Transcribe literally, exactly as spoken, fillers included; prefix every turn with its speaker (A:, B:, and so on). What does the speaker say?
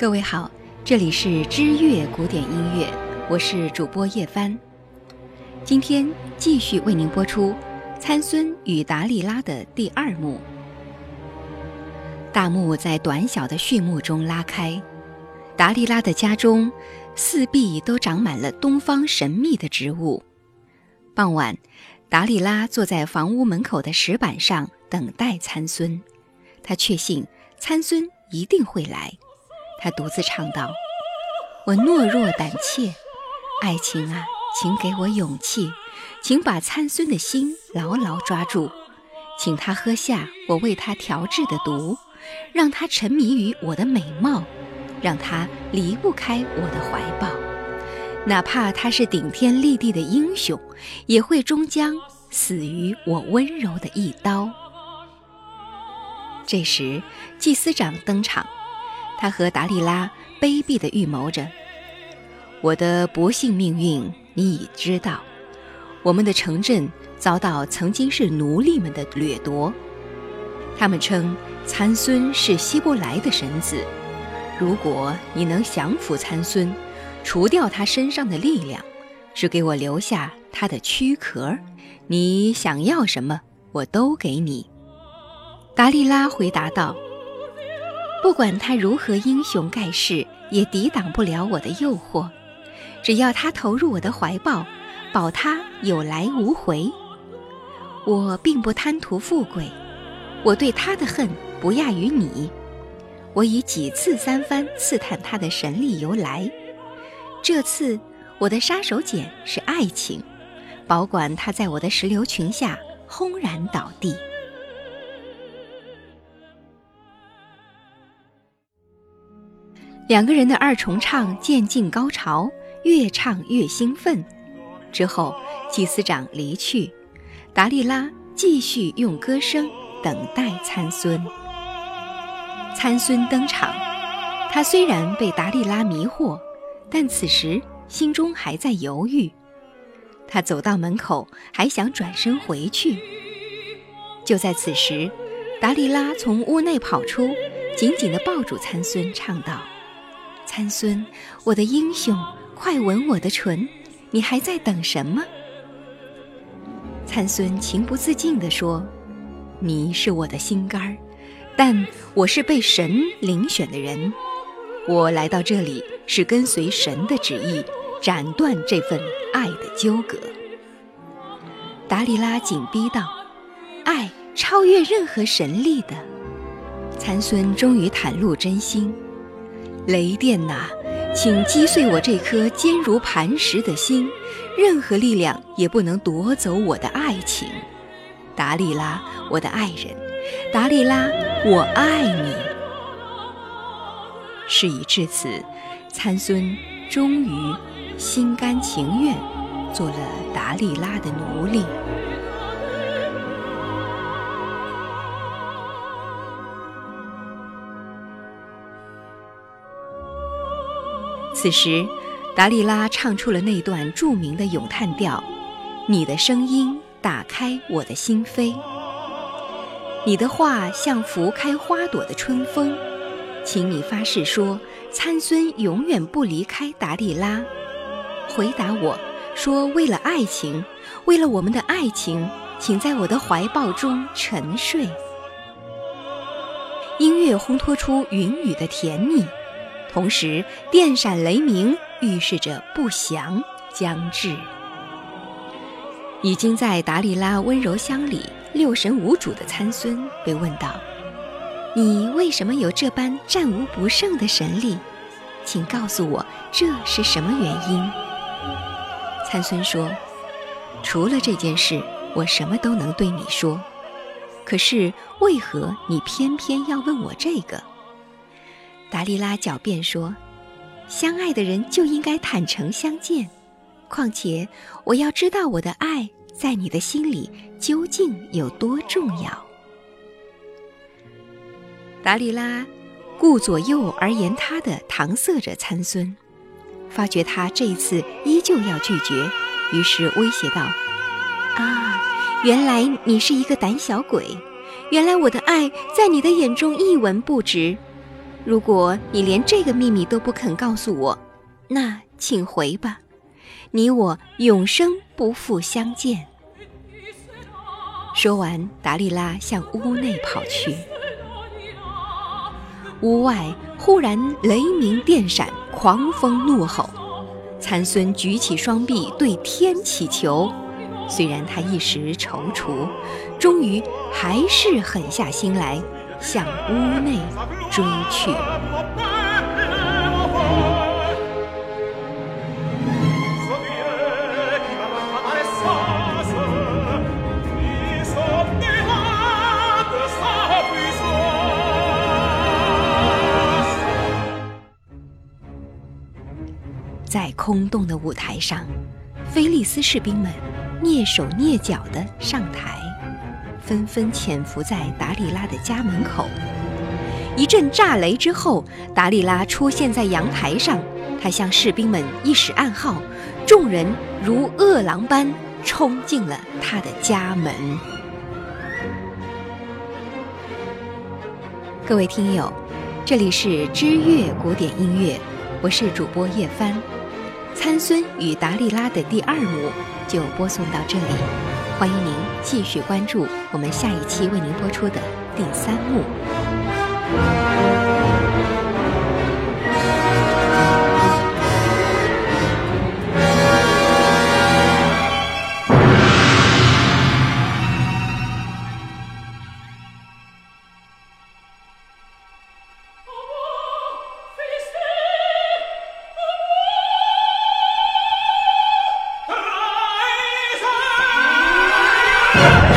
A: 各位好，这里是知乐古典音乐，我是主播叶帆。今天继续为您播出参孙与达利拉的第二幕。大幕在短小的序幕中拉开，达利拉的家中四壁都长满了东方神秘的植物。傍晚，达利拉坐在房屋门口的石板上等待参孙，他确信参孙一定会来。他独自唱道：我懦弱胆怯，爱情啊，请给我勇气，请把参孙的心牢牢抓住，请他喝下我为他调制的毒，让他沉迷于我的美貌，让他离不开我的怀抱，哪怕他是顶天立地的英雄，也会终将死于我温柔的一刀。这时祭司长登场，他和达利拉卑鄙地预谋着：我的不幸命运你已知道，我们的城镇遭到曾经是奴隶们的掠夺，他们称参孙是希伯来的神子，如果你能降服参孙，除掉他身上的力量，只给我留下他的躯壳，你想要什么我都给你。达利拉回答道：不管他如何英雄盖世，也抵挡不了我的诱惑，只要他投入我的怀抱，保他有来无回。我并不贪图富贵，我对他的恨不亚于你，我已几次三番刺探他的神力由来，这次我的杀手锏是爱情，保管他在我的石榴裙下轰然倒地。两个人的二重唱渐进高潮，越唱越兴奋。之后祭司长离去，达利拉继续用歌声等待参孙。参孙登场，他虽然被达利拉迷惑，但此时心中还在犹豫。他走到门口，还想转身回去。就在此时，达利拉从屋内跑出，紧紧地抱住参孙，唱道：参孙，我的英雄，快吻我的唇，你还在等什么？参孙情不自禁地说：你是我的心肝，但我是被神遴选的人，我来到这里是跟随神的旨意，斩断这份爱的纠葛。达利拉紧逼道：爱超越任何神力的。参孙终于袒露真心：雷电哪，请击碎我这颗坚如磐石的心，任何力量也不能夺走我的爱情。达利拉，我的爱人，达利拉，我爱你。事已至此，参孙终于心甘情愿做了达利拉的奴隶。此时达利拉唱出了那段著名的咏叹调：你的声音打开我的心扉，你的话像拂开花朵的春风，请你发誓说参孙永远不离开达利拉。回答我说，为了爱情，为了我们的爱情，请在我的怀抱中沉睡。音乐烘托出云雨的甜蜜，同时电闪雷鸣，预示着不祥将至。已经在达利拉温柔乡里六神无主的参孙被问道：你为什么有这般战无不胜的神力？请告诉我，这是什么原因？参孙说：除了这件事，我什么都能对你说，可是为何你偏偏要问我这个？达利拉狡辩说：相爱的人就应该坦诚相见，况且我要知道我的爱在你的心里究竟有多重要。达利拉顾左右而言他地搪塞着参孙，发觉他这一次依旧要拒绝，于是威胁道：啊，原来你是一个胆小鬼，原来我的爱在你的眼中一文不值。 如果你连这个秘密都不肯告诉我，那请回吧，你我永生不复相见。”说完，达利拉向屋内跑去。屋外忽然雷鸣电闪，狂风怒吼。参孙举起双臂对天祈求，虽然他一时踌躇，终于还是狠下心来，向屋内追去。在空洞的舞台上，菲利斯士兵们蹑手蹑脚地上台，纷纷潜伏在达利拉的家门口。一阵炸雷之后，达利拉出现在阳台上，他向士兵们一使暗号，众人如饿狼般冲进了他的家门。各位听友，这里是知乐古典音乐，我是主播叶帆。参孙与达利拉的第二幕就播送到这里，欢迎您继续关注我们下一期为您播出的第三幕。
B: Yeah.